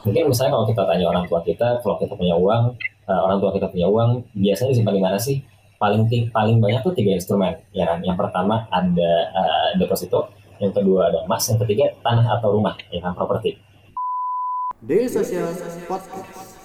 Mungkin misalnya kalau kita tanya orang tua kita, kalau kita punya uang, orang tua kita punya uang, biasanya disimpan di mana sih? Paling banyak tuh tiga instrumen, ya kan? Yang pertama ada deposito, yang kedua ada emas, yang ketiga tanah atau rumah, ya kan, properti. Daily Social Podcast.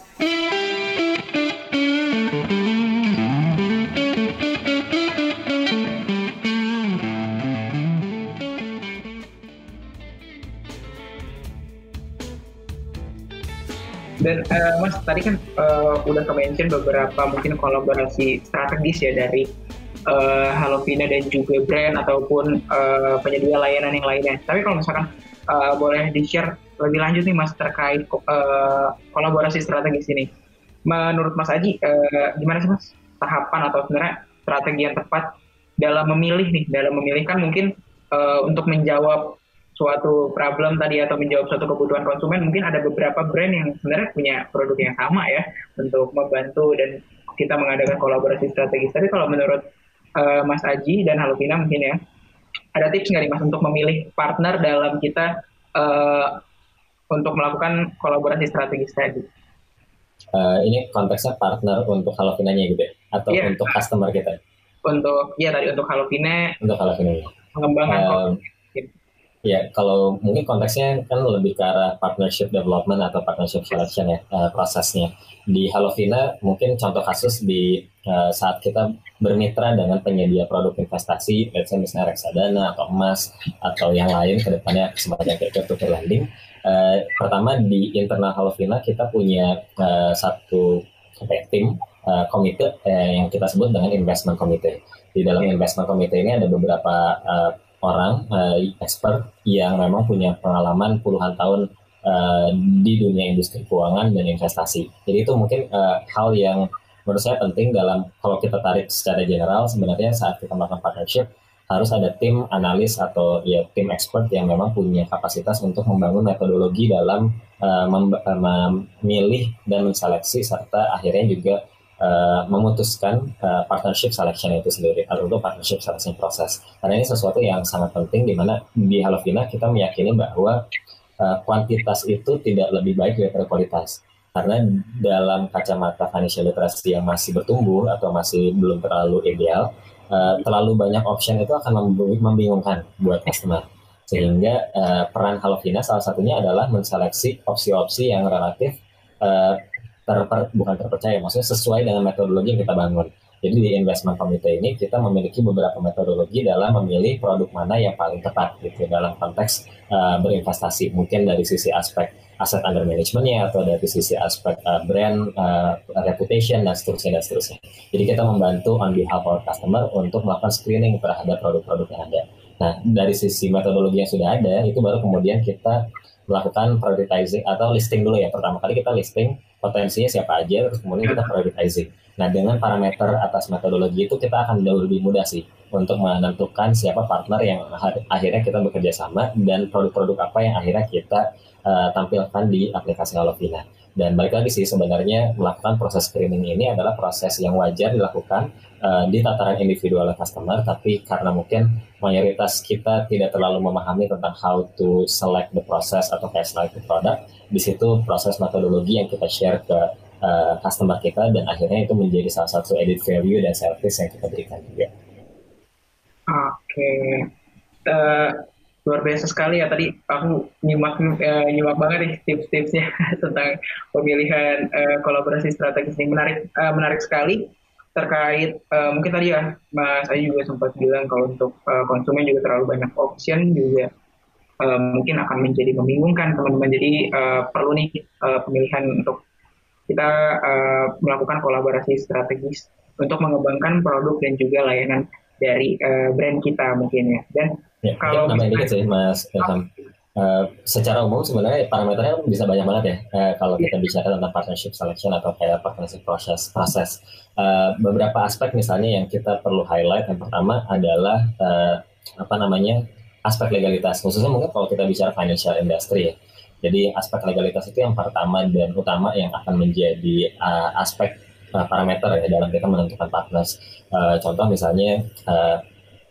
Dan Mas tadi kan udah ke-mention beberapa mungkin kolaborasi strategis ya dari Halovina dan juga brand ataupun penyedia layanan yang lainnya. Tapi kalau misalkan boleh di-share lebih lanjut nih Mas terkait kolaborasi strategis ini. Menurut Mas Aji, gimana sih Mas tahapan atau sebenarnya strategi yang tepat dalam memilih kan mungkin untuk menjawab suatu problem tadi atau menjawab suatu kebutuhan konsumen, mungkin ada beberapa brand yang sebenarnya punya produk yang sama ya untuk membantu dan kita mengadakan kolaborasi strategis. Tapi kalau menurut Mas Aji dan Halovina mungkin ya, ada tips nggak nih Mas untuk memilih partner dalam kita untuk melakukan kolaborasi strategis tadi? Ini konteksnya partner untuk Halovinanya gitu ya? Atau Iya, untuk customer kita? untuk ya tadi untuk Halovina Untuk Halovinanya. pengembangan Eh, produk. Ya, kalau mungkin konteksnya kan lebih ke arah partnership development atau partnership selection ya, prosesnya. Di Halovina mungkin contoh kasus di saat kita bermitra dengan penyedia produk investasi, let's say misalnya reksadana atau emas atau yang lain ke depannya semacam kayak peer-to-peer lending. Pertama di internal Halovina kita punya satu apa ya, tim komite yang kita sebut dengan investment committee. Di dalam investment committee ini ada beberapa orang expert yang memang punya pengalaman puluhan tahun di dunia industri keuangan dan investasi. Jadi itu mungkin hal yang menurut saya penting dalam kalau kita tarik secara general sebenarnya saat kita melakukan partnership harus ada tim analis atau ya tim expert yang memang punya kapasitas untuk membangun metodologi dalam memilih dan menseleksi serta akhirnya juga memutuskan partnership selection itu sendiri atau untuk partnership selection proses. Karena ini sesuatu yang sangat penting di mana di Halovina kita meyakini bahwa kuantitas itu tidak lebih baik daripada kualitas. Karena dalam kacamata financial literacy yang masih bertumbuh atau masih belum terlalu ideal, terlalu banyak option itu akan membingungkan buat customer. Sehingga peran Halovina salah satunya adalah menseleksi opsi-opsi yang relatif uh, bukan terpercaya, maksudnya sesuai dengan metodologi yang kita bangun. Jadi di investment committee ini kita memiliki beberapa metodologi dalam memilih produk mana yang paling tepat gitu dalam konteks berinvestasi. Mungkin dari sisi aspek aset under managementnya atau dari sisi aspek brand reputation dan seterusnya dan seterusnya. Jadi kita membantu on behalf our customer untuk melakukan screening terhadap produk-produk yang ada. Nah dari sisi metodologi yang sudah ada itu baru kemudian kita melakukan prioritizing atau listing dulu ya. Pertama kali kita listing potensinya siapa aja, terus kemudian kita prioritizing. Nah, dengan parameter atas metodologi itu kita akan jauh lebih mudah sih untuk menentukan siapa partner yang akhirnya kita bekerja sama dan produk-produk apa yang akhirnya kita tampilkan di aplikasi Halovina. Dan balik lagi sih sebenarnya melakukan proses screening ini adalah proses yang wajar dilakukan di tataran individual customer, tapi karena mungkin mayoritas kita tidak terlalu memahami tentang how to select the process atau kayak select the product, di situ proses metodologi yang kita share ke customer kita dan akhirnya itu menjadi salah satu added value dan service yang kita berikan juga. Oke. Eh, Luar biasa sekali ya tadi aku nyimak banget nih tips-tipsnya tentang pemilihan kolaborasi strategis ini menarik sekali terkait mungkin tadi ya Mas Ayu juga sempat bilang kalau untuk konsumen juga terlalu banyak option juga mungkin akan menjadi membingungkan teman-teman, jadi perlu nih pemilihan untuk kita melakukan kolaborasi strategis untuk mengembangkan produk dan juga layanan dari brand kita mungkin ya. Dan Ya, mungkin kalau nambahin dikit misalnya sih Mas Ilham. Secara umum sebenarnya parameternya bisa banyak banget ya. Kalau ya, kita bicara tentang partnership selection atau kayak partnership proses. Beberapa aspek misalnya yang kita perlu highlight yang pertama adalah apa namanya aspek legalitas. Khususnya mungkin kalau kita bicara financial industry ya. Jadi aspek legalitas itu yang pertama dan utama yang akan menjadi aspek parameter ya dalam kita menentukan partners. Contoh misalnya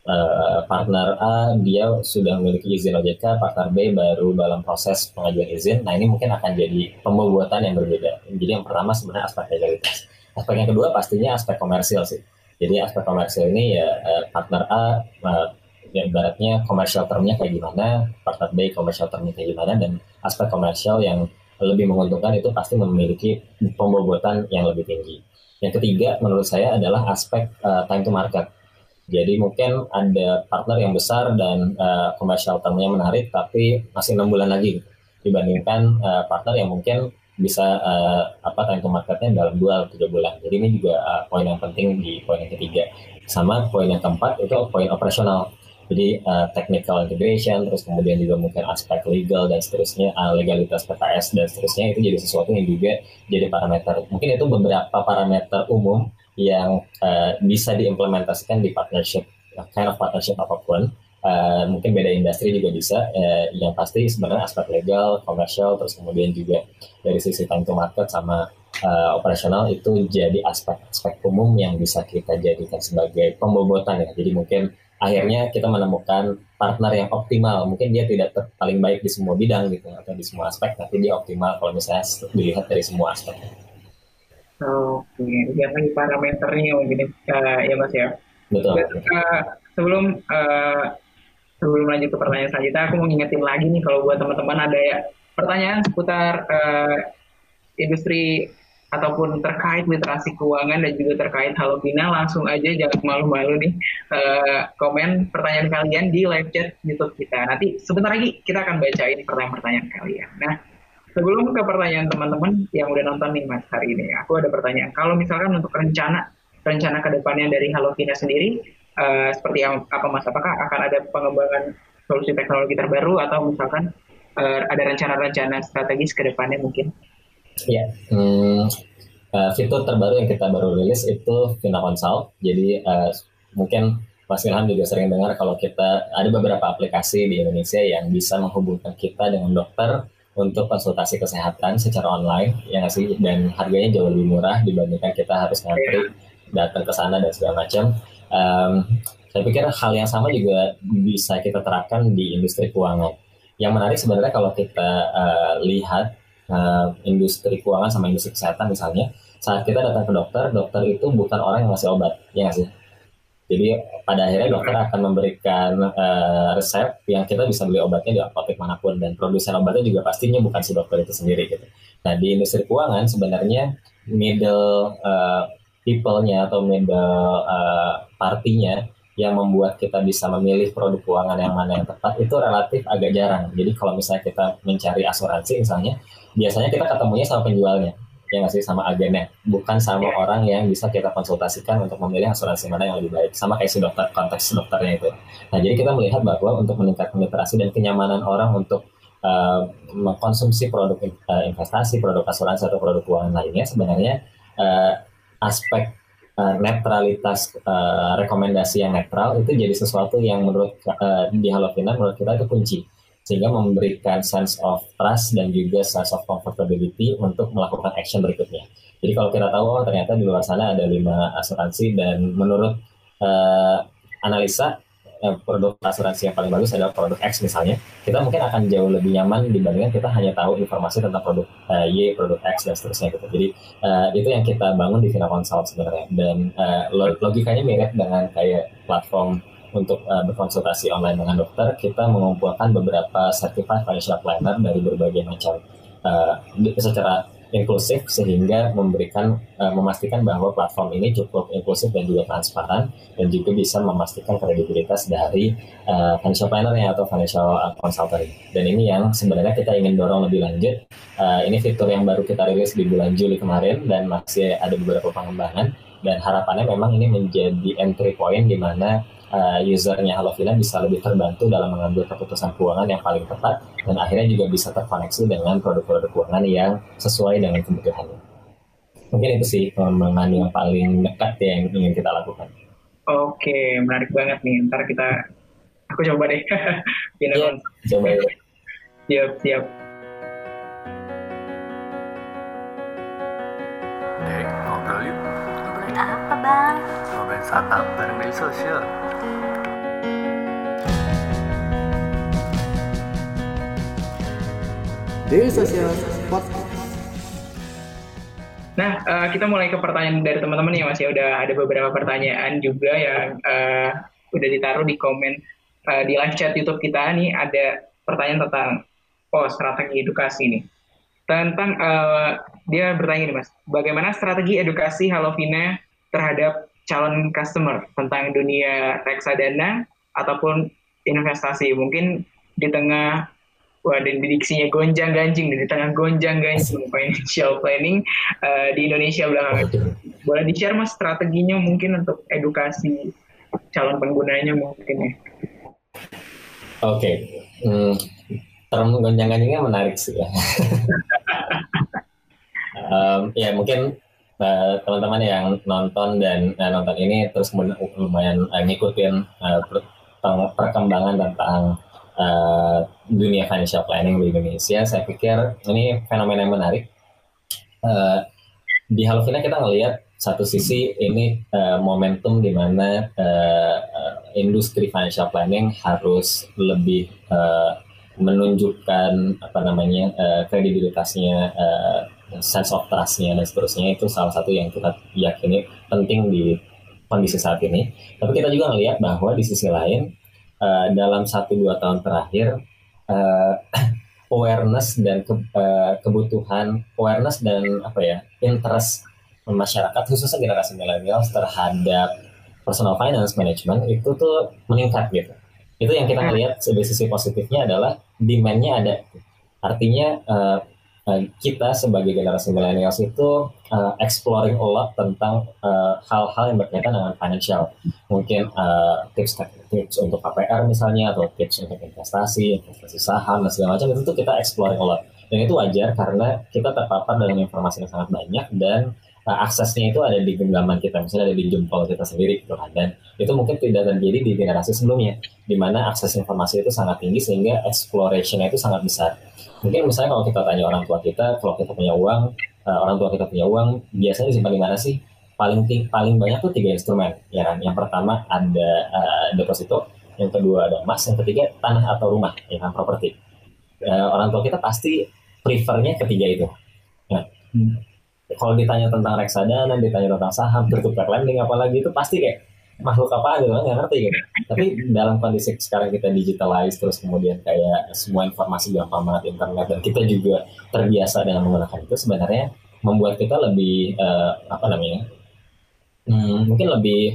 partner A dia sudah memiliki izin OJK, partner B baru dalam proses pengajuan izin. Nah ini mungkin akan jadi pembobotan yang berbeda. Jadi yang pertama sebenarnya aspek legalitas. Aspek yang kedua pastinya aspek komersial sih. Jadi aspek komersial ini ya partner A ya ibaratnya komersial termnya kayak gimana, partner B komersial termnya kayak gimana, dan aspek komersial yang lebih menguntungkan itu pasti memiliki pembobotan yang lebih tinggi. Yang ketiga menurut saya adalah aspek time to market. Jadi mungkin ada partner yang besar dan komersial termnya menarik, tapi masih 6 bulan lagi gitu, dibandingkan partner yang mungkin bisa time to marketnya dalam 2 atau 3 bulan. Jadi ini juga poin yang penting di poin yang ketiga. Sama poin yang keempat itu poin operasional. Jadi technical integration, terus kemudian juga mungkin aspek legal dan seterusnya, legalitas PKS dan seterusnya, itu jadi sesuatu yang juga jadi parameter. Mungkin itu beberapa parameter umum yang bisa diimplementasikan di partnership, kind of partnership apapun. Mungkin beda industri juga bisa. Yang pasti sebenarnya aspek legal, komersial, terus kemudian juga dari sisi time to market sama operasional itu jadi aspek-aspek umum yang bisa kita jadikan sebagai pembobotan ya. Jadi mungkin akhirnya kita menemukan partner yang optimal. Mungkin dia tidak paling baik di semua bidang gitu atau di semua aspek, tapi dia optimal kalau misalnya dilihat dari semua aspek. Oke, yang lagi parameternya mungkin ya Mas ya. Betul. Sebelum sebelum lanjut ke pertanyaan selanjutnya, aku mau ngingetin lagi nih kalau buat teman-teman ada ya pertanyaan seputar industri ataupun terkait literasi keuangan dan juga terkait Halovina, langsung aja jangan malu-malu nih komen pertanyaan kalian di live chat YouTube kita. Nanti sebentar lagi kita akan bacain pertanyaan-pertanyaan kalian. Nah, sebelum ke pertanyaan teman-teman yang udah nonton nih Mas hari ini, aku ada pertanyaan. Kalau misalkan untuk rencana ke depannya dari Halovina sendiri, seperti apa Mas? Apakah akan ada pengembangan solusi teknologi terbaru atau misalkan ada rencana-rencana strategis ke depannya mungkin? Ya, fitur terbaru yang kita baru rilis itu Vina Consult. Jadi mungkin Mas Ilham juga sering dengar kalau kita ada beberapa aplikasi di Indonesia yang bisa menghubungkan kita dengan dokter untuk konsultasi kesehatan secara online, ya nggak sih? Dan harganya jauh lebih murah dibandingkan kita harus ngantri datang ke sana dan segala macam. Saya pikir hal yang sama juga bisa kita terapkan di industri keuangan. Yang menarik sebenarnya kalau kita lihat industri keuangan sama industri kesehatan misalnya, saat kita datang ke dokter, dokter itu bukan orang yang ngasih obat, ya nggak sih? Jadi pada akhirnya dokter akan memberikan resep yang kita bisa beli obatnya di apotek manapun, dan produsen obatnya juga pastinya bukan si dokter itu sendiri gitu. Nah di industri keuangan sebenarnya middle people-nya atau middle party-nya yang membuat kita bisa memilih produk keuangan yang mana yang tepat itu relatif agak jarang. Jadi kalau misalnya kita mencari asuransi misalnya, biasanya kita ketemunya sama penjualnya, ya nggak sih, sama agennya, bukan sama orang yang bisa kita konsultasikan untuk memilih asuransi mana yang lebih baik. Sama kayak si dokter, konteks dokternya itu. Nah jadi kita melihat bahwa untuk meningkatkan literasi dan kenyamanan orang untuk mengkonsumsi produk investasi, produk asuransi atau produk keuangan lainnya, sebenarnya aspek netralitas rekomendasi yang netral itu jadi sesuatu yang menurut di Halovina menurut kita itu kunci, sehingga memberikan sense of trust dan juga sense of comfortability untuk melakukan action berikutnya. Jadi kalau kita tahu ternyata di luar sana ada 5 asuransi dan menurut analisa produk asuransi yang paling bagus adalah produk X misalnya, kita mungkin akan jauh lebih nyaman dibandingkan kita hanya tahu informasi tentang produk Y, produk X dan seterusnya gitu. Jadi itu yang kita bangun di Vina Consult sebenarnya, dan logikanya mirip dengan kayak platform untuk berkonsultasi online dengan dokter. Kita mengumpulkan beberapa certified financial planner dari berbagai macam secara inklusif, sehingga memastikan bahwa platform ini cukup inklusif dan juga transparan, dan juga bisa memastikan kredibilitas dari financial planner-nya atau financial consultant. Dan ini yang sebenarnya kita ingin dorong lebih lanjut. Ini fitur yang baru kita rilis di bulan Juli kemarin dan masih ada beberapa pengembangan, dan harapannya memang ini menjadi entry point di mana usernya Halovina bisa lebih terbantu dalam mengambil keputusan keuangan yang paling tepat, dan akhirnya juga bisa terkoneksi dengan produk-produk keuangan yang sesuai dengan kebutuhannya. Mungkin itu sih pengembangan yang paling dekat ya yang ingin kita lakukan. Oke, menarik banget nih. Ntar aku coba deh. Iya, coba ya. Siap. Dek, ngobrol yuk. Ngobrolin apa bang? Ngobrolin startup bareng media sosial. Daily Social Podcast. Nah, kita mulai ke pertanyaan dari teman-teman ya Mas ya. Udah ada beberapa pertanyaan juga yang udah ditaruh di komen di live chat YouTube kita nih. Ada pertanyaan tentang strategi edukasi nih. Tentang dia bertanya nih Mas, bagaimana strategi edukasi Halovina terhadap calon customer tentang dunia reksadana ataupun investasi? Mungkin di tengah dan didiksinya gonjang-ganjing, di tengah gonjang-ganjing financial planning di Indonesia belakangan. Boleh di-share Mas strateginya mungkin untuk edukasi calon penggunanya mungkin ya? Oke. Term gonjang-ganjingnya menarik sih ya. Ya mungkin teman-teman yang nonton dan nonton ini terus lumayan ngikutin perkembangan tentang dunia financial planning di Indonesia. Saya pikir ini fenomena yang menarik. Di Halovina kita ngelihat satu sisi ini momentum di mana industri financial planning harus lebih menunjukkan kredibilitasnya, sense of trust-nya dan seterusnya. Itu salah satu yang kita yakini penting di kondisi saat ini. Tapi kita juga ngelihat bahwa di sisi lain dalam 1-2 tahun terakhir awareness dan kebutuhan awareness dan interest masyarakat khususnya generasi milenial terhadap personal finance management itu tuh meningkat gitu. Itu yang kita lihat dari sisi positifnya adalah demand-nya ada. Artinya kita sebagai generasi millennials itu exploring a lot tentang hal-hal yang berkaitan dengan financial. Mungkin tips untuk KPR misalnya, atau tips untuk investasi saham dan segala macam, itu tuh kita exploring a lot. Dan itu wajar karena kita terpapar dengan informasi yang sangat banyak dan aksesnya itu ada di genggaman kita, misalnya ada di jempol kita sendiri gitu kan. Dan itu mungkin tidak terjadi di generasi sebelumnya, di mana akses informasi itu sangat tinggi sehingga exploration-nya itu sangat besar. Mungkin misalnya kalau kita tanya orang tua kita, kalau kita punya uang, orang tua kita punya uang, biasanya disimpan di mana sih? Paling banyak tuh 3 instrumen, ya kan? Yang pertama ada deposito, yang kedua ada emas, yang ketiga tanah atau rumah, ya kan, properti. Orang tua kita pasti prefernya ketiga itu. Nah, kalau ditanya tentang reksadana, ditanya tentang saham, peer-to-peer lending apalagi, itu pasti kayak makhluk apa gitu kan, nggak ngerti gitu. Tapi dalam kondisi sekarang kita digitalize, terus kemudian kayak semua informasi gampang banget internet, dan kita juga terbiasa dengan menggunakan itu, sebenarnya membuat kita lebih mungkin lebih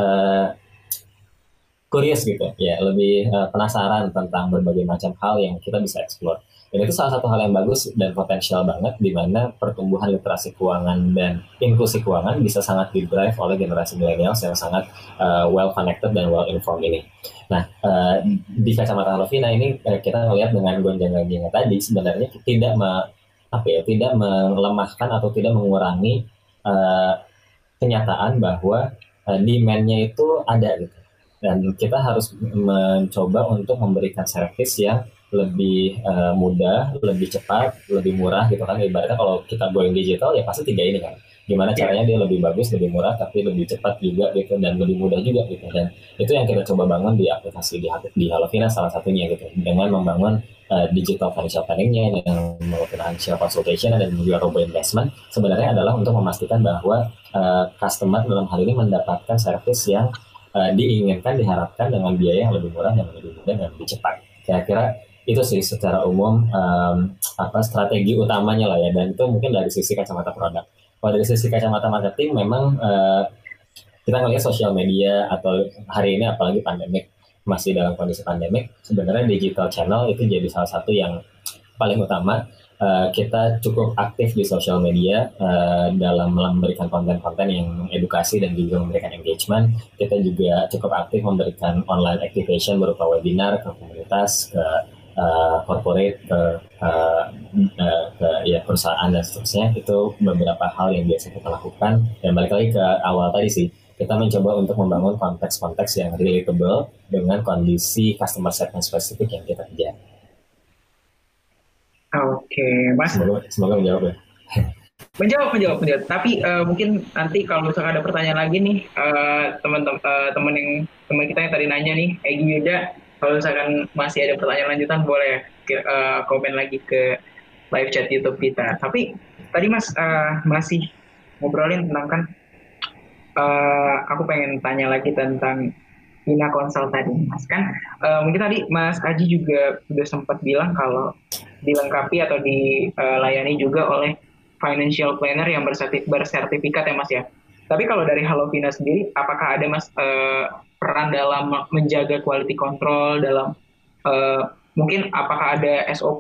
curious gitu ya, lebih penasaran tentang berbagai macam hal yang kita bisa explore. Dan itu salah satu hal yang bagus dan potensial banget, di mana pertumbuhan literasi keuangan dan inklusi keuangan bisa sangat di-drive oleh generasi millennials yang sangat well connected dan well informed ini. Nah, di kacamata Halovina ini kita melihat dengan gonjang-ganjingnya tadi sebenarnya tidak melemahkan atau tidak mengurangi kenyataan bahwa demand-nya itu ada gitu. Dan kita harus mencoba untuk memberikan service yang lebih mudah, lebih cepat, lebih murah gitu kan. Ibaratnya kalau kita going digital ya pasti 3 ini kan. Gimana caranya dia lebih bagus, lebih murah, tapi lebih cepat juga gitu, dan lebih mudah juga gitu. Dan itu yang kita coba bangun di aplikasi di Halovina salah satunya gitu. Dengan membangun digital financial planning-nya, dengan melakukan financial consultation dan juga robo investment, sebenarnya adalah untuk memastikan bahwa customer dalam hal ini mendapatkan service yang diinginkan, diharapkan dengan biaya yang lebih murah dan lebih mudah dan lebih cepat. Kira-kira itu sih secara umum strategi utamanya lah ya, dan itu mungkin dari sisi kacamata produk. Kalau dari sisi kacamata marketing, memang kita ngelihat sosial media atau hari ini apalagi pandemik, masih dalam kondisi pandemik, sebenarnya digital channel itu jadi salah satu yang paling utama. Kita cukup aktif di sosial media dalam memberikan konten-konten yang edukasi dan juga memberikan engagement. Kita juga cukup aktif memberikan online activation berupa webinar ke komunitas, ke corporate, ke perusahaan dan seterusnya. Itu beberapa hal yang biasa kita lakukan. Dan balik lagi ke awal tadi sih, kita mencoba untuk membangun konteks-konteks yang relatable dengan kondisi customer segment spesifik yang kita kejar. Oke, Mas. Semoga menjawab ya. Menjawab. Tapi mungkin nanti kalau misalkan ada pertanyaan lagi nih, teman kita yang tadi nanya nih, Egy Yuda, kalau misalkan masih ada pertanyaan lanjutan boleh komen lagi ke live chat YouTube kita. Tapi tadi Mas masih ngobrolin tentang kan, aku pengen tanya lagi tentang Vina Consult tadi, Mas. Kan mungkin tadi Mas Aji juga udah sempat bilang kalau dilengkapi atau dilayani juga oleh financial planner yang bersertifikat ya Mas ya. Tapi kalau dari Halovina sendiri, apakah ada Mas peran dalam menjaga quality control, dalam mungkin apakah ada SOP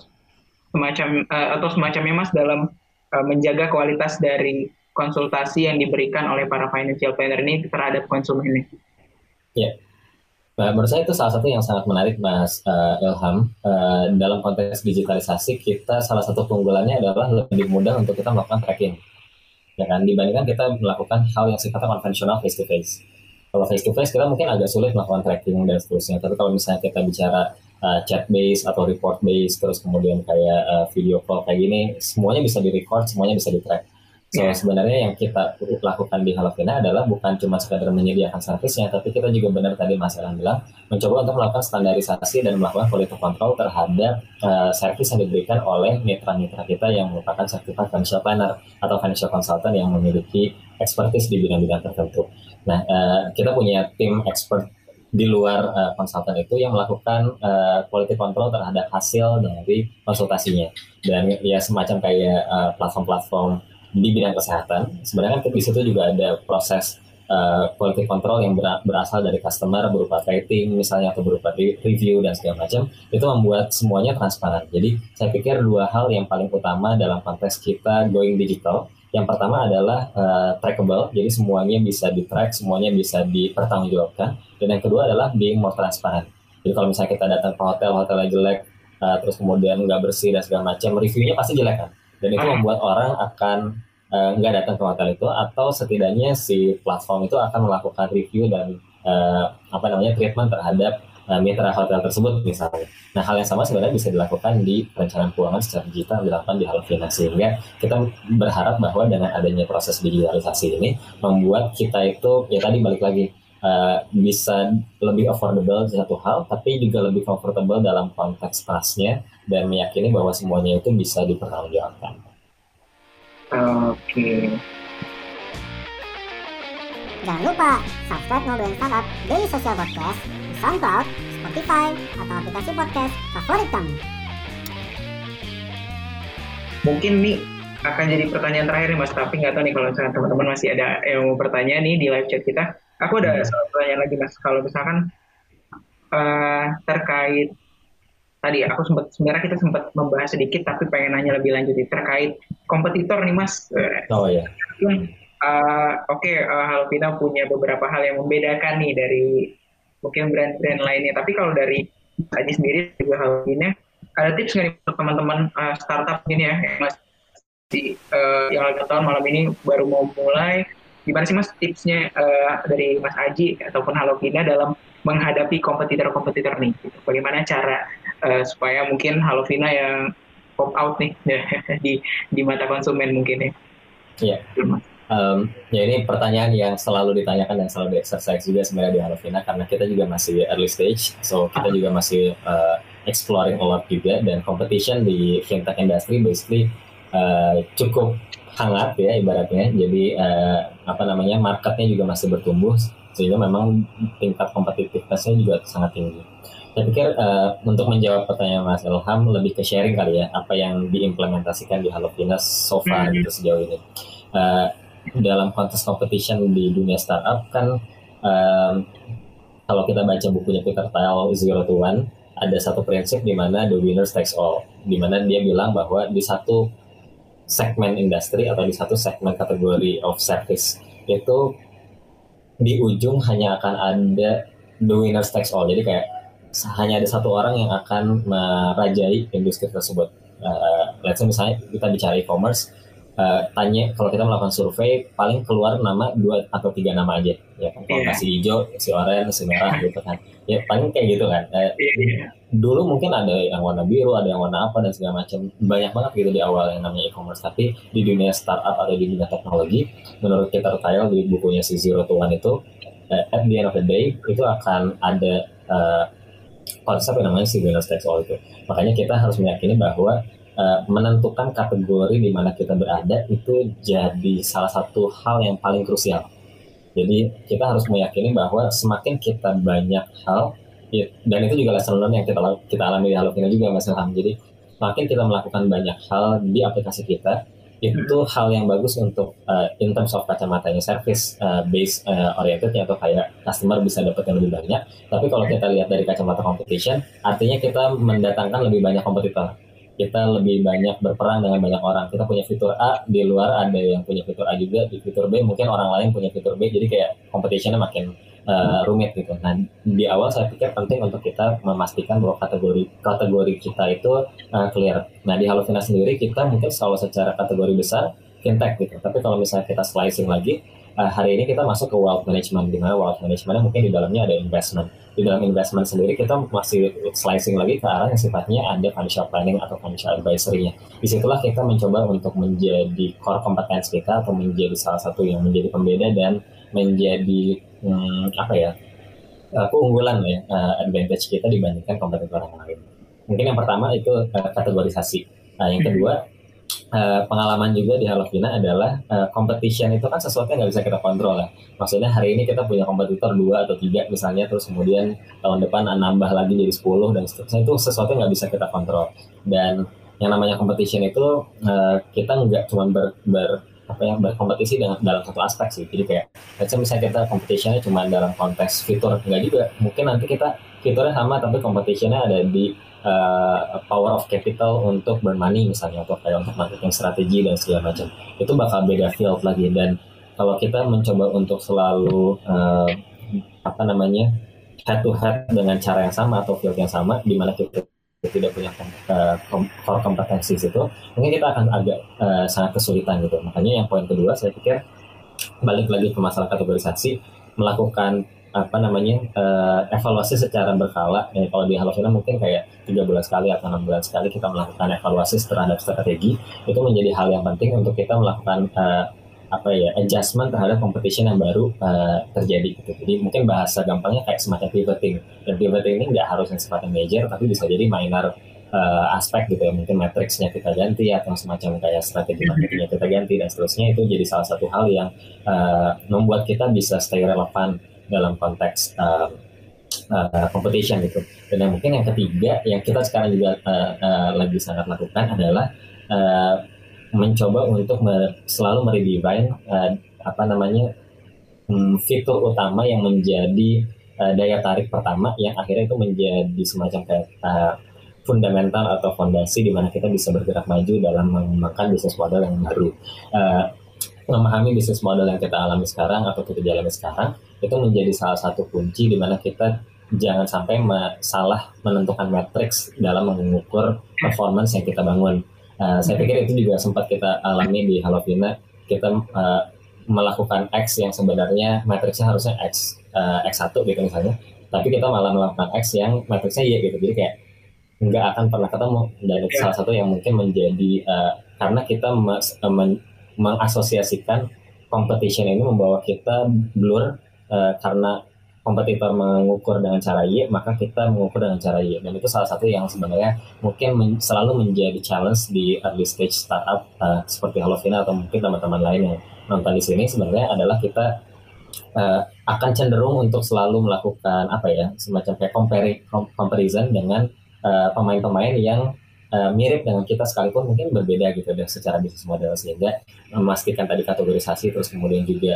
atau semacamnya Mas dalam menjaga kualitas dari konsultasi yang diberikan oleh para financial planner ini terhadap konsumennya? Ya, menurut saya itu salah satu yang sangat menarik, Mas Ilham. Dalam konteks digitalisasi, kita salah satu keunggulannya adalah lebih mudah untuk kita melakukan tracking, ya kan? Dibandingkan kita melakukan hal yang sifatnya konvensional face to face. Kalau face to face kita mungkin agak sulit melakukan tracking dan seterusnya. Tapi kalau misalnya kita bicara chat base atau report base, terus kemudian kayak video call kayak gini, semuanya bisa di-record, semuanya bisa di-track. So sebenarnya yang kita lakukan di Halovina adalah bukan cuma sekadar menyediakan servisnya, tapi kita juga benar tadi Mas Elan bilang, mencoba untuk melakukan standarisasi dan melakukan quality control terhadap servis yang diberikan oleh mitra-mitra kita yang merupakan certified financial planner atau financial consultant yang memiliki expertise di bidang-bidang tertentu. Nah, kita punya tim expert di luar konsultan itu yang melakukan quality control terhadap hasil dari konsultasinya. Dan ya semacam kayak platform-platform di bidang kesehatan, sebenarnya kan di situ juga ada proses quality control yang berasal dari customer berupa rating misalnya atau berupa review dan segala macam, itu membuat semuanya transparan. Jadi saya pikir dua hal yang paling utama dalam konteks kita going digital. Yang pertama adalah trackable, jadi semuanya bisa di-track, semuanya bisa dipertanggungjawabkan. Dan yang kedua adalah being more transparent. Jadi kalau misalnya kita datang ke hotelnya jelek, terus kemudian nggak bersih dan segala macam, reviewnya pasti jelek kan. Dan itu membuat orang akan nggak datang ke hotel itu, atau setidaknya si platform itu akan melakukan review dan treatment terhadap mitra hotel tersebut misalnya. Nah, hal yang sama sebenarnya bisa dilakukan di perencanaan keuangan secara digital dilakukan di Halovina, sehingga kita berharap bahwa dengan adanya proses digitalisasi ini membuat kita itu ya tadi balik lagi bisa lebih affordable di satu hal, tapi juga lebih comfortable dalam konteks trust-nya dan meyakini bahwa semuanya itu bisa dipertanggungjawabkan. Oke. Jangan lupa subscribe Ngobrolin Startup Daily Social Podcast di SoundCloud, Spotify, atau aplikasi podcast favorit kamu. Mungkin nih akan jadi pertanyaan terakhir nih Mas, tapi nggak tahu nih kalau misalkan teman-teman masih ada yang mau bertanya nih di live chat kita. Aku ada satu pertanyaan lagi Mas, kalau misalkan terkait tadi sebenarnya kita sempat membahas sedikit, tapi pengen nanya lebih lanjut terkait kompetitor nih Mas. Oh ya. Halovina punya beberapa hal yang membedakan nih dari mungkin brand-brand lainnya. Tapi kalau dari Mas Aji sendiri juga Halovina, ada tips nggak nih untuk teman-teman startup ini ya, yang lagi tahun malam ini baru mau mulai? Gimana sih Mas tipsnya dari Mas Aji ataupun Halovina dalam menghadapi kompetitor-kompetitor nih? Bagaimana cara supaya mungkin Halovina yang pop out nih di mata konsumen mungkin ya? Iya. Ya ini pertanyaan yang selalu ditanyakan dan selalu di-exercise juga sebenarnya di Halovina, karena kita juga masih early stage, so kita juga masih exploring a lot juga, dan competition di fintech industry basically cukup hangat ya ibaratnya. Jadi marketnya juga masih bertumbuh, sehingga memang tingkat kompetitivitasnya juga sangat tinggi. Saya pikir untuk menjawab pertanyaan Mas Ilham, lebih ke sharing kali ya, apa yang diimplementasikan di Halovina so far gitu sejauh ini. Dalam konteks competition di dunia startup kan, kalau kita baca bukunya Peter Thiel Zero to One, ada satu prinsip di mana the winner takes all, di mana dia bilang bahwa di satu segmen industri atau di satu segmen kategori of service itu di ujung hanya akan ada the winner takes all. Jadi kayak hanya ada satu orang yang akan merajai industri tersebut. Let's say misalnya kita bicara e-commerce, tanya, kalau kita melakukan survei paling keluar nama 2 atau 3 nama aja ya kan. Kalau si hijau, si oranye, si merah gitu kan, ya paling kayak gitu kan. Dulu mungkin ada yang warna biru, ada yang warna apa dan segala macam, banyak banget gitu di awal yang namanya e-commerce. Tapi di dunia startup atau di dunia teknologi, menurut Peter Thiel di bukunya si Zero to One itu, at the end of the day itu akan ada konsep yang namanya si winner takes all itu. Makanya kita harus meyakini bahwa menentukan kategori di mana kita berada itu jadi salah satu hal yang paling krusial. Jadi kita harus meyakini bahwa semakin kita banyak hal, dan itu juga lesson learn yang kita alami di Halofina juga Mas Ilham. Jadi semakin kita melakukan banyak hal di aplikasi kita, itu hal yang bagus untuk in terms of kacamatanya service based oriented atau kayak customer bisa dapat yang lebih banyak. Tapi kalau kita lihat dari kacamata competition, artinya kita mendatangkan lebih banyak kompetitor. Kita lebih banyak berperang dengan banyak orang. Kita punya fitur A, di luar ada yang punya fitur A juga, di fitur B mungkin orang lain punya fitur B, jadi kayak competition-nya makin rumit gitu. Nah, di awal saya pikir penting untuk kita memastikan bahwa kategori kita itu clear. Nah, di Halofina sendiri kita mungkin selalu secara kategori besar fintech gitu. Tapi kalau misalnya kita slicing lagi, hari ini kita masuk ke wealth management, di mana wealth management mungkin di dalamnya ada investment. Di dalam investment sendiri kita masih slicing lagi ke arah yang sifatnya ada financial planning atau financial advisory-nya. Disitulah kita mencoba untuk menjadi core competence kita atau menjadi salah satu yang menjadi pembeda dan menjadi keunggulan ya, advantage kita dibandingkan kompetitor yang lain. Mungkin yang pertama itu kategorisasi. Yang kedua, pengalaman juga di Halofina adalah competition itu kan sesuatu yang nggak bisa kita kontrol ya. Maksudnya hari ini kita punya kompetitor 2 atau 3 misalnya, terus kemudian tahun depan nambah lagi jadi 10 dan seterusnya, itu sesuatu yang nggak bisa kita kontrol. Dan yang namanya competition itu kita nggak cuma berkompetisi dalam satu aspek sih. Jadi kayak misalnya kita competitionnya cuma dalam konteks fitur, nggak juga. Mungkin nanti kita fiturnya sama tapi competitionnya ada di power of capital untuk burn money misalnya, atau kayak untuk marketing strategi dan segala macam. Itu bakal beda field lagi. Dan kalau kita mencoba untuk selalu head to head dengan cara yang sama atau field yang sama, di mana kita tidak punya core kompetensi itu, mungkin kita akan agak sangat kesulitan gitu. Makanya yang poin kedua saya pikir balik lagi ke masalah kategorisasi, melakukan evaluasi secara berkala. Ya, kalau di Halofina mungkin kayak 3 bulan sekali atau 6 bulan sekali kita melakukan evaluasi terhadap strategi. Itu menjadi hal yang penting untuk kita melakukan adjustment terhadap competition yang baru terjadi gitu. Jadi mungkin bahasa gampangnya kayak semacam pivoting. Dan pivoting ini nggak harus yang sifatnya major, tapi bisa jadi minor aspek gitu ya. Mungkin matriksnya kita ganti atau semacam kayak strategi marketingnya kita ganti dan seterusnya. Itu jadi salah satu hal yang membuat kita bisa stay relevan dalam konteks competition gitu. Dan yang mungkin yang ketiga yang kita sekarang juga lagi sangat lakukan adalah mencoba untuk selalu meredefine fitur utama yang menjadi daya tarik pertama, yang akhirnya itu menjadi semacam kayak fundamental atau fondasi di mana kita bisa bergerak maju dalam mengembangkan bisnis model yang baru. Memahami bisnis model yang kita alami sekarang atau kita jalani sekarang itu menjadi salah satu kunci di mana kita jangan sampai salah menentukan matriks dalam mengukur performance yang kita bangun. Saya pikir itu juga sempat kita alami di Halofina. Kita melakukan X yang sebenarnya matriksnya harusnya X1 gitu misalnya, tapi kita malah melakukan X yang matriksnya Y gitu. Jadi kayak nggak akan pernah ketemu. Dan itu salah satu yang mungkin menjadi karena kita mengasosiasikan competition ini membawa kita blur, karena kompetitor mengukur dengan cara Y, maka kita mengukur dengan cara Y. Dan itu salah satu yang sebenarnya mungkin selalu menjadi challenge di early stage startup seperti Halofina atau mungkin teman-teman lain yang nonton di sini, sebenarnya adalah kita akan cenderung untuk selalu melakukan semacam kayak comparison dengan pemain-pemain yang mirip dengan kita sekalipun mungkin berbeda gitu deh secara bisnis model, sehingga memastikan tadi kategorisasi, terus kemudian juga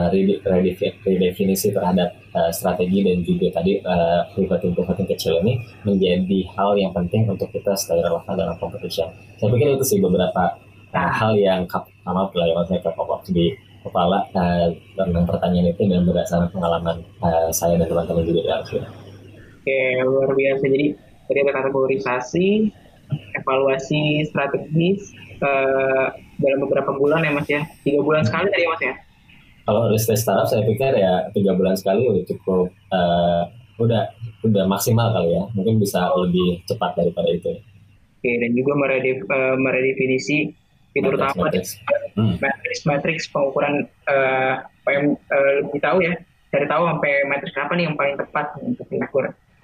redefinisi terhadap strategi dan juga tadi pivoting kecil ini menjadi hal yang penting untuk kita stay relevan dalam competition. Saya pikir itu sih beberapa hal yang maksudnya pop-up di kepala tentang pertanyaan itu dan berdasarkan pengalaman saya dan teman-teman juga di Alvin. Oke, luar biasa. Jadi tadi ada kategorisasi, evaluasi strategis dalam beberapa bulan ya Mas ya, 3 bulan sekali tadi Mas ya. Kalau dari stage startup saya pikir ya 3 bulan sekali udah cukup, udah maksimal kali ya, mungkin bisa lebih cepat daripada itu. Oke, dan juga meredefinisi fitur utama matriks pengukuran lebih tahu ya, dari tahu sampai matriks apa nih yang paling tepat untuk diukur.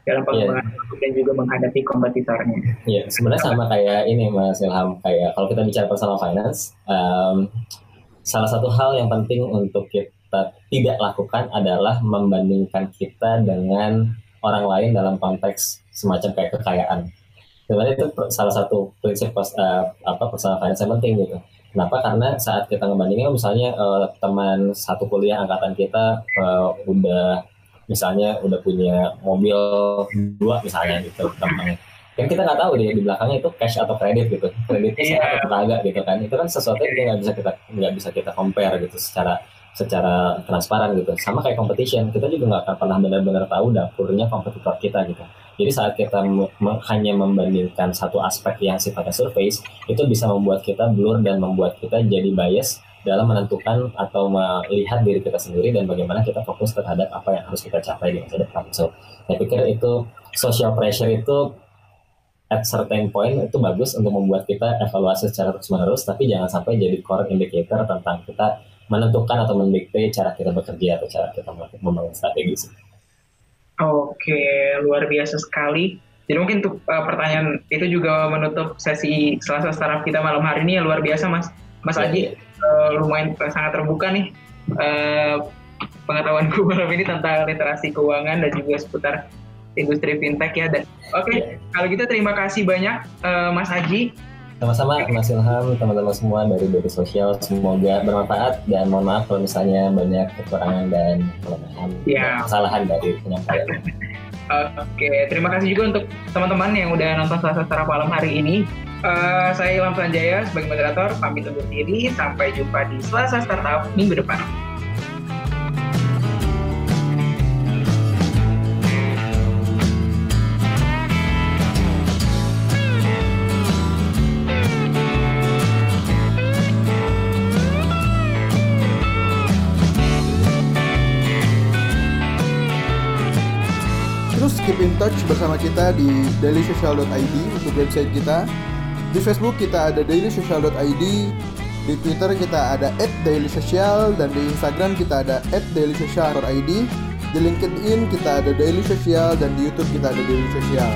dalam pengembangan produk dan juga menghadapi kompetitornya. Iya, sebenarnya sama kayak ini Mas Ilham, kayak kalau kita bicara personal finance, salah satu hal yang penting untuk kita tidak lakukan adalah membandingkan kita dengan orang lain dalam konteks semacam kayak kekayaan. Sebenarnya itu salah satu prinsip personal finance yang penting gitu. Kenapa? Karena saat kita ngebandingin misalnya teman satu kuliah angkatan kita misalnya udah punya mobil 2 misalnya gitu gampangnya. Kan kita nggak tahu di belakangnya itu cash atau kredit gitu, kreditnya sehat atau kagak gitu kan. Itu kan sesuatu yang nggak bisa kita compare gitu secara transparan gitu. Sama kayak competition, kita juga nggak akan pernah benar-benar tahu dapurnya kompetitor kita gitu. Jadi saat kita hanya membandingkan satu aspek yang sifatnya surface, itu bisa membuat kita blur dan membuat kita jadi bias dalam menentukan atau melihat diri kita sendiri dan bagaimana kita fokus terhadap apa yang harus kita capai di masa depan. So, saya pikir itu social pressure itu at certain point itu bagus untuk membuat kita evaluasi secara terus-menerus, tapi jangan sampai jadi core indicator tentang kita menentukan atau mendikte cara kita bekerja atau cara kita membangun strategi. Oke, luar biasa sekali. Jadi mungkin untuk pertanyaan itu juga menutup sesi Selasa Startup kita malam hari ini. Ya, luar biasa Mas Aji. Lumayan sangat terbuka nih pengetahuanku malam ini tentang literasi keuangan dan juga seputar industri fintech ya. Dan kalau gitu terima kasih banyak Mas Aji. Sama-sama Mas Ilham, teman-teman semua dari Daily Social, semoga bermanfaat dan mohon maaf kalau misalnya banyak kekurangan dan kelemahan dan kesalahan dari penyampaian. Oke, terima kasih juga untuk teman-teman yang udah nonton Selasa Startup malam hari ini. Saya Ilham Sanjaya sebagai moderator, pamit undur diri. Sampai jumpa di Selasa Startup minggu depan. Terus keep in touch bersama kita di dailysocial.id untuk website kita. Di Facebook kita ada dailysocial.id, di Twitter kita ada @dailysocial, dan di Instagram kita ada @dailysocial_id. Di LinkedIn kita ada Daily Social, dan di YouTube kita ada Daily Social.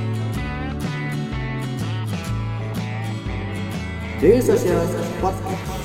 Daily Social Podcast.